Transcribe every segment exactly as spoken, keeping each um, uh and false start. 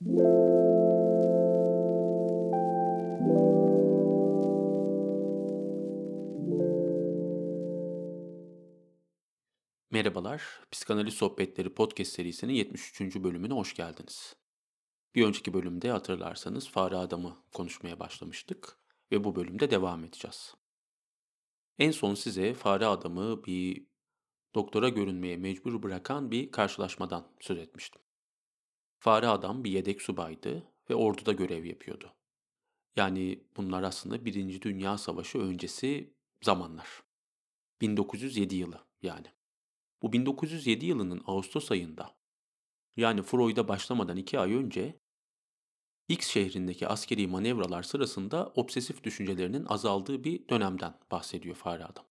Merhabalar, Psikanaliz Sohbetleri podcast serisinin yetmiş üçüncü bölümüne hoş geldiniz. Bir önceki bölümde hatırlarsanız fare adamı konuşmaya başlamıştık ve bu bölümde devam edeceğiz. En son size fare adamı bir doktora görünmeye mecbur bırakan bir karşılaşmadan söz etmiştim. Fare adam bir yedek subaydı ve orduda görev yapıyordu. Yani bunlar aslında Birinci Dünya Savaşı öncesi zamanlar. bin dokuz yüz yedi yılı yani. Bu bin dokuz yüz yedi yılının Ağustos ayında, yani Freud'a başlamadan iki ay önce X şehrindeki askeri manevralar sırasında obsesif düşüncelerinin azaldığı bir dönemden bahsediyor fare adam.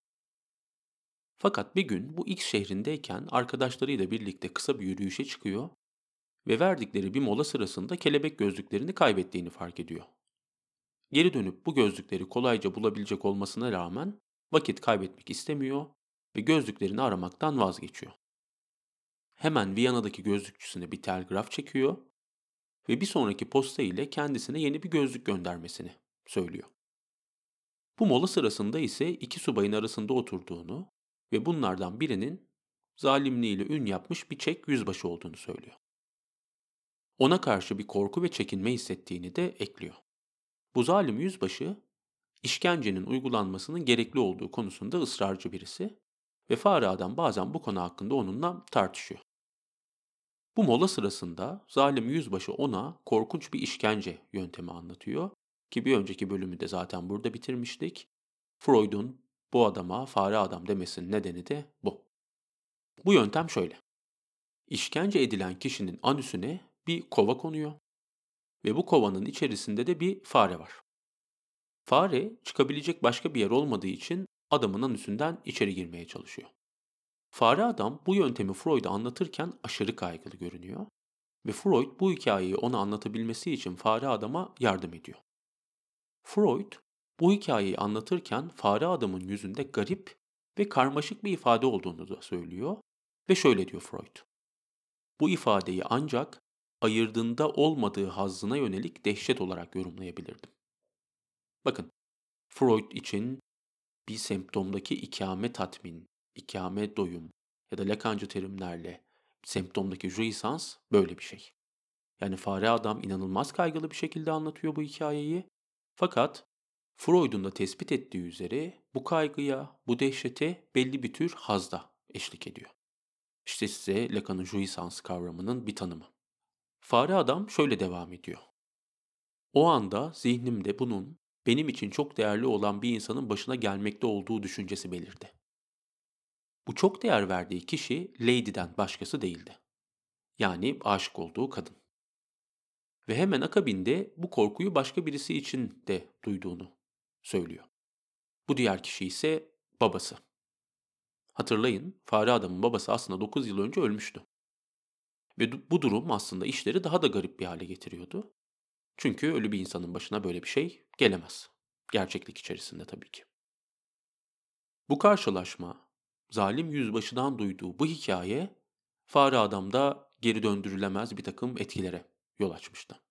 Fakat bir gün bu X şehrindeyken arkadaşlarıyla birlikte kısa bir yürüyüşe çıkıyor ve verdikleri bir mola sırasında kelebek gözlüklerini kaybettiğini fark ediyor. Geri dönüp bu gözlükleri kolayca bulabilecek olmasına rağmen vakit kaybetmek istemiyor ve gözlüklerini aramaktan vazgeçiyor. Hemen Viyana'daki gözlükçüsüne bir telgraf çekiyor ve bir sonraki posta ile kendisine yeni bir gözlük göndermesini söylüyor. Bu mola sırasında ise iki subayın arasında oturduğunu ve bunlardan birinin zalimliğiyle ün yapmış bir Çek yüzbaşı olduğunu söylüyor. Ona karşı bir korku ve çekinme hissettiğini de ekliyor. Bu zalim yüzbaşı, işkencenin uygulanmasının gerekli olduğu konusunda ısrarcı birisi ve fare adam bazen bu konu hakkında onunla tartışıyor. Bu mola sırasında zalim yüzbaşı ona korkunç bir işkence yöntemi anlatıyor ki bir önceki bölümü de zaten burada bitirmiştik. Freud'un bu adama fare adam demesinin nedeni de bu. Bu yöntem şöyle. İşkence edilen kişinin anüsüne bir kova konuyor ve bu kovanın içerisinde de bir fare var. Fare çıkabilecek başka bir yer olmadığı için adamın anüsünden içeri girmeye çalışıyor. Fare adam bu yöntemi Freud'a anlatırken aşırı kaygılı görünüyor ve Freud bu hikayeyi ona anlatabilmesi için fare adama yardım ediyor. Freud bu hikayeyi anlatırken fare adamın yüzünde garip ve karmaşık bir ifade olduğunu da söylüyor ve şöyle diyor Freud. Bu ifadeyi ancak ayırdığında olmadığı hazzına yönelik dehşet olarak yorumlayabilirdim. Bakın, Freud için bir semptomdaki ikame tatmin, ikame doyum ya da Lacancı terimlerle semptomdaki jouissance böyle bir şey. Yani fare adam inanılmaz kaygılı bir şekilde anlatıyor bu hikayeyi. Fakat Freud'un da tespit ettiği üzere bu kaygıya, bu dehşete belli bir tür haz da eşlik ediyor. İşte size Lacan'ın jouissance kavramının bir tanımı. Fare adam şöyle devam ediyor. O anda zihnimde bunun benim için çok değerli olan bir insanın başına gelmekte olduğu düşüncesi belirdi. Bu çok değer verdiği kişi Lady'den başkası değildi. Yani aşık olduğu kadın. Ve hemen akabinde bu korkuyu başka birisi için de duyduğunu söylüyor. Bu diğer kişi ise babası. Hatırlayın, fare adamın babası aslında dokuz yıl önce ölmüştü. Ve du- bu durum aslında işleri daha da garip bir hale getiriyordu. Çünkü ölü bir insanın başına böyle bir şey gelemez. Gerçeklik içerisinde tabii ki. Bu karşılaşma, zalim yüzbaşıdan duyduğu bu hikaye, fare adamda geri döndürülemez bir takım etkilere yol açmıştı.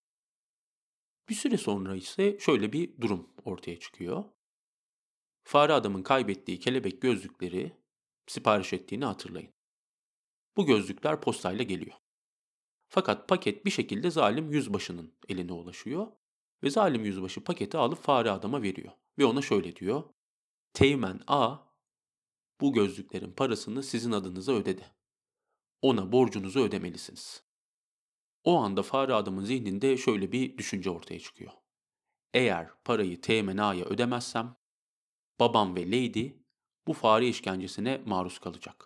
Bir süre sonra ise şöyle bir durum ortaya çıkıyor. Fare adamın kaybettiği kelebek gözlükleri sipariş ettiğini hatırlayın. Bu gözlükler postayla geliyor. Fakat paket bir şekilde zalim yüzbaşının eline ulaşıyor ve zalim yüzbaşı paketi alıp fare adama veriyor ve ona şöyle diyor. Teğmen A bu gözlüklerin parasını sizin adınıza ödedi. Ona borcunuzu ödemelisiniz. O anda fare adamın zihninde şöyle bir düşünce ortaya çıkıyor. Eğer parayı Teğmen A'ya ödemezsem babam ve Lady bu fare işkencesine maruz kalacak.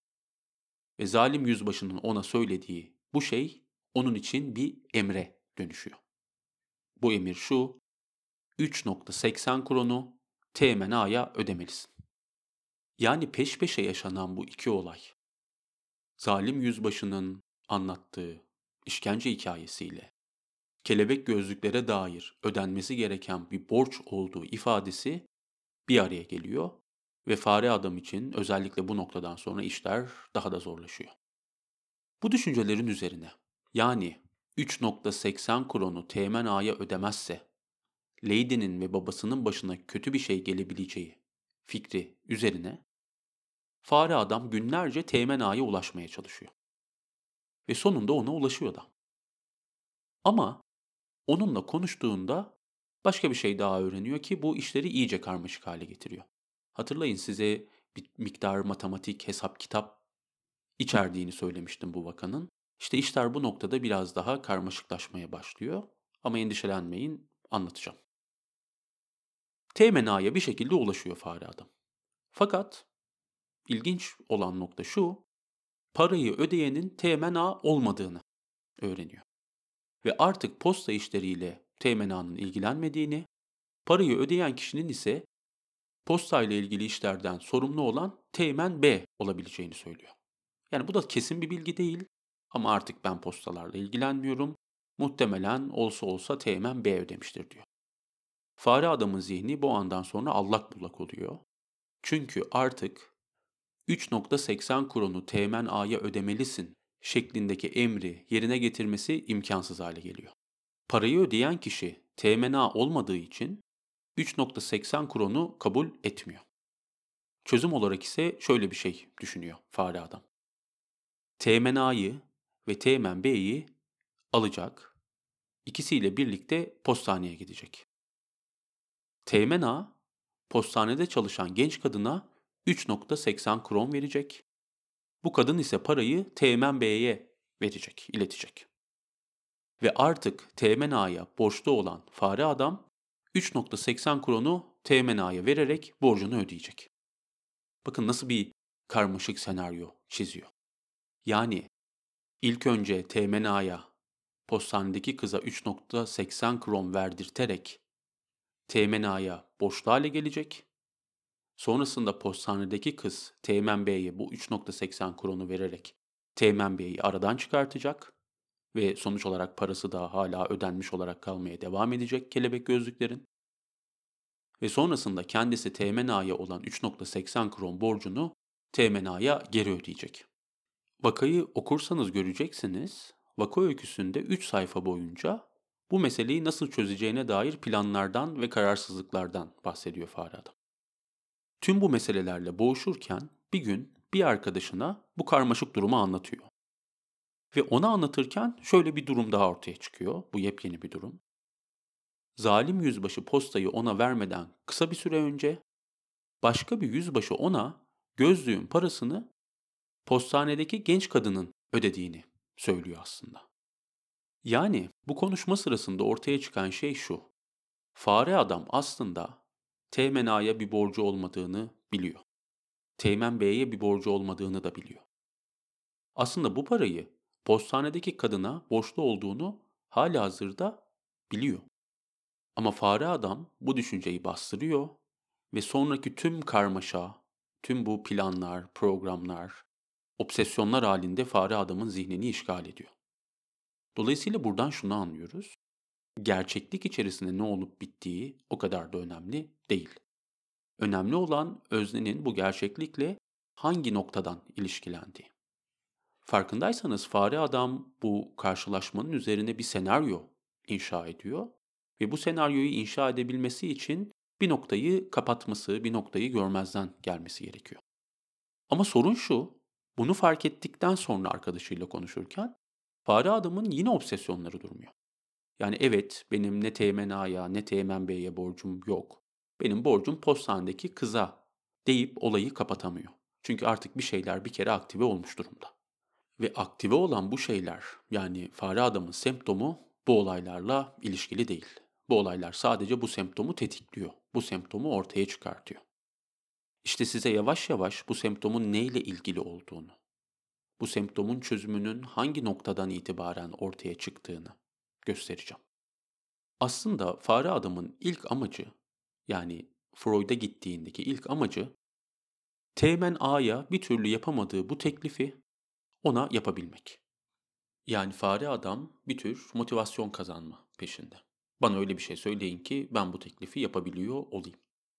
Ve zalim yüzbaşının ona söylediği bu şey onun için bir emre dönüşüyor. Bu emir şu, üç virgül seksen kronu Teğmen A'ya ödemelisin. Yani peş peşe yaşanan bu iki olay, zalim yüzbaşının anlattığı işkence hikayesiyle kelebek gözlüklere dair ödenmesi gereken bir borç olduğu ifadesi bir araya geliyor ve fare adam için özellikle bu noktadan sonra işler daha da zorlaşıyor. Bu düşüncelerin üzerine, yani üç nokta seksen kronu Teğmen Ağa'ya ödemezse, Lady'nin ve babasının başına kötü bir şey gelebileceği fikri üzerine fare adam günlerce Teğmen Ağa'ya ulaşmaya çalışıyor. Ve sonunda ona ulaşıyor da. Ama onunla konuştuğunda başka bir şey daha öğreniyor ki bu işleri iyice karmaşık hale getiriyor. Hatırlayın, size bir miktar matematik, hesap, kitap içerdiğini söylemiştim bu vakanın. İşte işler bu noktada biraz daha karmaşıklaşmaya başlıyor. Ama endişelenmeyin, anlatacağım. Teğmen Ağa'ya bir şekilde ulaşıyor fare adam. Fakat ilginç olan nokta şu, parayı ödeyenin Teğmen Ağa olmadığını öğreniyor. Ve artık posta işleriyle Teğmen Ağa'nın ilgilenmediğini, parayı ödeyen kişinin ise postayla ilgili işlerden sorumlu olan Teğmen B olabileceğini söylüyor. Yani bu da kesin bir bilgi değil ama artık ben postalarla ilgilenmiyorum. Muhtemelen olsa olsa Teğmen B ödemiştir diyor. Fare adamın zihni bu andan sonra allak bullak oluyor. Çünkü artık üç nokta seksen kronu Teğmen A'ya ödemelisin şeklindeki emri yerine getirmesi imkansız hale geliyor. Parayı ödeyen kişi Teğmen A olmadığı için üç nokta seksen kronu kabul etmiyor. Çözüm olarak ise şöyle bir şey düşünüyor fare adam. Teğmen A'yı ve Teğmen B'yi alacak, ikisiyle birlikte postaneye gidecek. Teğmen A, postanede çalışan genç kadına üç nokta seksen kron verecek. Bu kadın ise parayı Teğmen B'ye verecek, iletecek. Ve artık Teğmen Ağa'ya borçlu olan fare adam üç nokta seksen kronu Teğmen Ağa'ya vererek borcunu ödeyecek. Bakın nasıl bir karmaşık senaryo çiziyor. Yani ilk önce Teğmen Ağa'ya postanedeki kıza üç nokta seksen kron verdirterek Teğmen Ağa'ya borçlu hale gelecek. Sonrasında postanedeki kız Teğmen Bey'e bu üç nokta seksen kronu vererek Teğmen Bey'i aradan çıkartacak ve sonuç olarak parası da hala ödenmiş olarak kalmaya devam edecek kelebek gözlüklerin. Ve sonrasında kendisi Teğmen Ağa'ya olan üç nokta seksen kron borcunu Teğmen Ağa'ya geri ödeyecek. Vakayı okursanız göreceksiniz, vaka öyküsünde üç sayfa boyunca bu meseleyi nasıl çözeceğine dair planlardan ve kararsızlıklardan bahsediyor fare adam. Tüm bu meselelerle boğuşurken bir gün bir arkadaşına bu karmaşık durumu anlatıyor. Ve ona anlatırken şöyle bir durum daha ortaya çıkıyor. Bu yepyeni bir durum. Zalim yüzbaşı postayı ona vermeden kısa bir süre önce başka bir yüzbaşı ona gözlüğün parasını postanedeki genç kadının ödediğini söylüyor aslında. Yani bu konuşma sırasında ortaya çıkan şey şu. Fare adam aslında Teğmen Ağa'ya bir borcu olmadığını biliyor. Teğmen Bey'e bir borcu olmadığını da biliyor. Aslında bu parayı postanedeki kadına borçlu olduğunu halihazırda biliyor. Ama fare adam bu düşünceyi bastırıyor ve sonraki tüm karmaşa, tüm bu planlar, programlar, obsesyonlar halinde fare adamın zihnini işgal ediyor. Dolayısıyla buradan şunu anlıyoruz. Gerçeklik içerisinde ne olup bittiği o kadar da önemli değil. Önemli olan öznenin bu gerçeklikle hangi noktadan ilişkilendiği. Farkındaysanız fare adam bu karşılaşmanın üzerine bir senaryo inşa ediyor ve bu senaryoyu inşa edebilmesi için bir noktayı kapatması, bir noktayı görmezden gelmesi gerekiyor. Ama sorun şu, bunu fark ettikten sonra arkadaşıyla konuşurken fare adamın yine obsesyonları durmuyor. Yani evet, benim ne Teğmen Ağa'ya ne Teğmen Bey'e borcum yok. Benim borcum postanedeki kıza deyip olayı kapatamıyor. Çünkü artık bir şeyler bir kere aktive olmuş durumda. Ve aktive olan bu şeyler, yani fare adamın semptomu bu olaylarla ilişkili değil. Bu olaylar sadece bu semptomu tetikliyor. Bu semptomu ortaya çıkartıyor. İşte size yavaş yavaş bu semptomun neyle ilgili olduğunu, bu semptomun çözümünün hangi noktadan itibaren ortaya çıktığını göstereceğim. Aslında fare adamın ilk amacı, yani Freud'a gittiğindeki ilk amacı, Teğmen A'ya bir türlü yapamadığı bu teklifi ona yapabilmek. Yani fare adam bir tür motivasyon kazanma peşinde. Bana öyle bir şey söyleyin ki ben bu teklifi yapabiliyor olayım.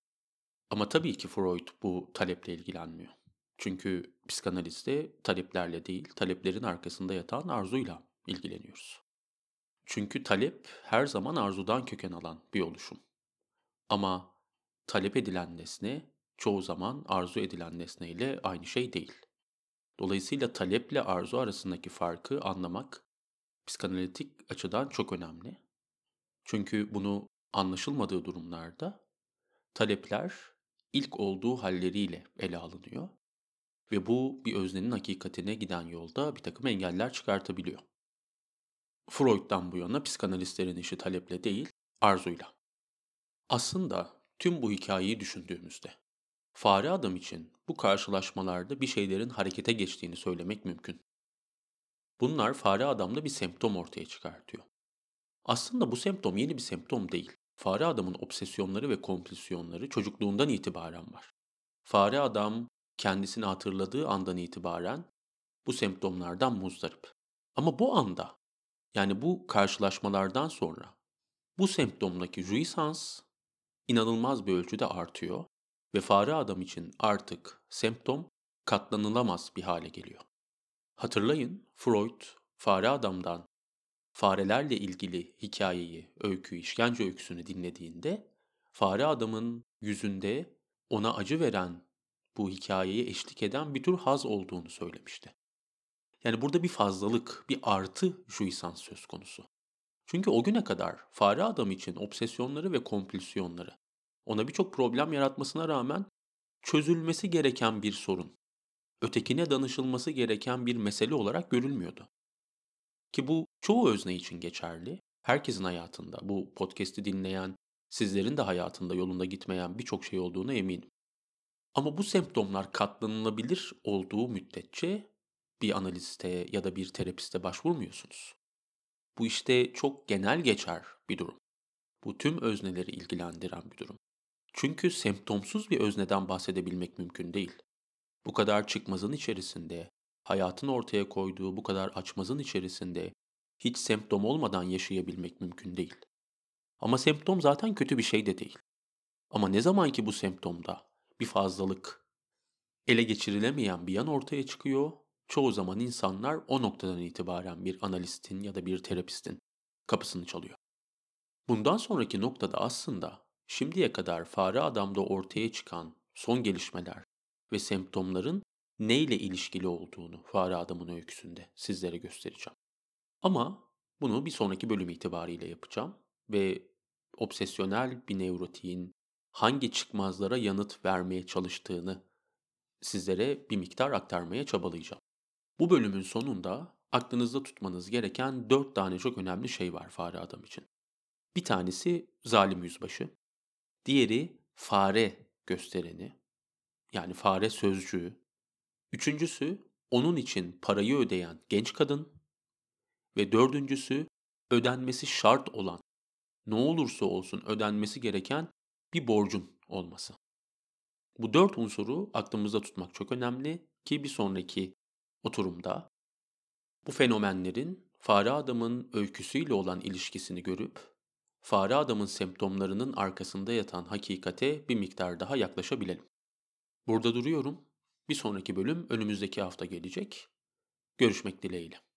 Ama tabii ki Freud bu taleple ilgilenmiyor. Çünkü psikanalizde taleplerle değil, taleplerin arkasında yatan arzuyla ilgileniyoruz. Çünkü talep her zaman arzudan köken alan bir oluşum. Ama talep edilen nesne çoğu zaman arzu edilen nesneyle aynı şey değil. Dolayısıyla taleple arzu arasındaki farkı anlamak psikanalitik açıdan çok önemli. Çünkü bunu anlaşılmadığı durumlarda talepler ilk olduğu halleriyle ele alınıyor ve bu bir öznenin hakikatine giden yolda bir takım engeller çıkartabiliyor. Freud'dan bu yana psikanalistlerin işi taleple değil, arzuyla. Aslında tüm bu hikayeyi düşündüğümüzde fare adam için bu karşılaşmalarda bir şeylerin harekete geçtiğini söylemek mümkün. Bunlar fare adamda bir semptom ortaya çıkartıyor. Aslında bu semptom yeni bir semptom değil. Fare adamın obsesyonları ve kompulsiyonları çocukluğundan itibaren var. Fare adam kendisini hatırladığı andan itibaren bu semptomlardan muzdarip. Ama bu anda, yani bu karşılaşmalardan sonra bu semptomdaki jouissance inanılmaz bir ölçüde artıyor ve fare adam için artık semptom katlanılamaz bir hale geliyor. Hatırlayın, Freud fare adamdan farelerle ilgili hikayeyi, öyküyü, işkence öyküsünü dinlediğinde fare adamın yüzünde ona acı veren, bu hikayeye eşlik eden bir tür haz olduğunu söylemişti. Yani burada bir fazlalık, bir artı jouissance söz konusu. Çünkü o güne kadar fare adam için obsesyonları ve kompulsiyonları ona birçok problem yaratmasına rağmen çözülmesi gereken bir sorun, ötekine danışılması gereken bir mesele olarak görülmüyordu. Ki bu çoğu özne için geçerli. Herkesin hayatında, bu podcast'i dinleyen, sizlerin de hayatında yolunda gitmeyen birçok şey olduğuna eminim. Ama bu semptomlar katlanılabilir olduğu müddetçe bir analiste ya da bir terapiste başvurmuyorsunuz. Bu işte çok genel geçer bir durum. Bu tüm özneleri ilgilendiren bir durum. Çünkü semptomsuz bir özneden bahsedebilmek mümkün değil. Bu kadar çıkmazın içerisinde, hayatın ortaya koyduğu bu kadar açmazın içerisinde hiç semptom olmadan yaşayabilmek mümkün değil. Ama semptom zaten kötü bir şey de değil. Ama ne zaman ki bu semptomda bir fazlalık, ele geçirilemeyen bir yan ortaya çıkıyor, çoğu zaman insanlar o noktadan itibaren bir analistin ya da bir terapistin kapısını çalıyor. Bundan sonraki noktada aslında şimdiye kadar fare adamda ortaya çıkan son gelişmeler ve semptomların neyle ilişkili olduğunu fare adamın öyküsünde sizlere göstereceğim. Ama bunu bir sonraki bölüm itibariyle yapacağım ve obsesyonel bir nevrotiğin hangi çıkmazlara yanıt vermeye çalıştığını sizlere bir miktar aktarmaya çabalayacağım. Bu bölümün sonunda aklınızda tutmanız gereken dört tane çok önemli şey var fare adam için. Bir tanesi zalim yüzbaşı, diğeri fare göstereni, yani fare sözcüğü. Üçüncüsü onun için parayı ödeyen genç kadın ve dördüncüsü ödenmesi şart olan, ne olursa olsun ödenmesi gereken bir borcun olması. Bu dört unsuru aklımızda tutmak çok önemli ki bir sonraki oturumda bu fenomenlerin fare adamın öyküsüyle olan ilişkisini görüp fare adamın semptomlarının arkasında yatan hakikate bir miktar daha yaklaşabilelim. Burada duruyorum. Bir sonraki bölüm önümüzdeki hafta gelecek. Görüşmek dileğiyle.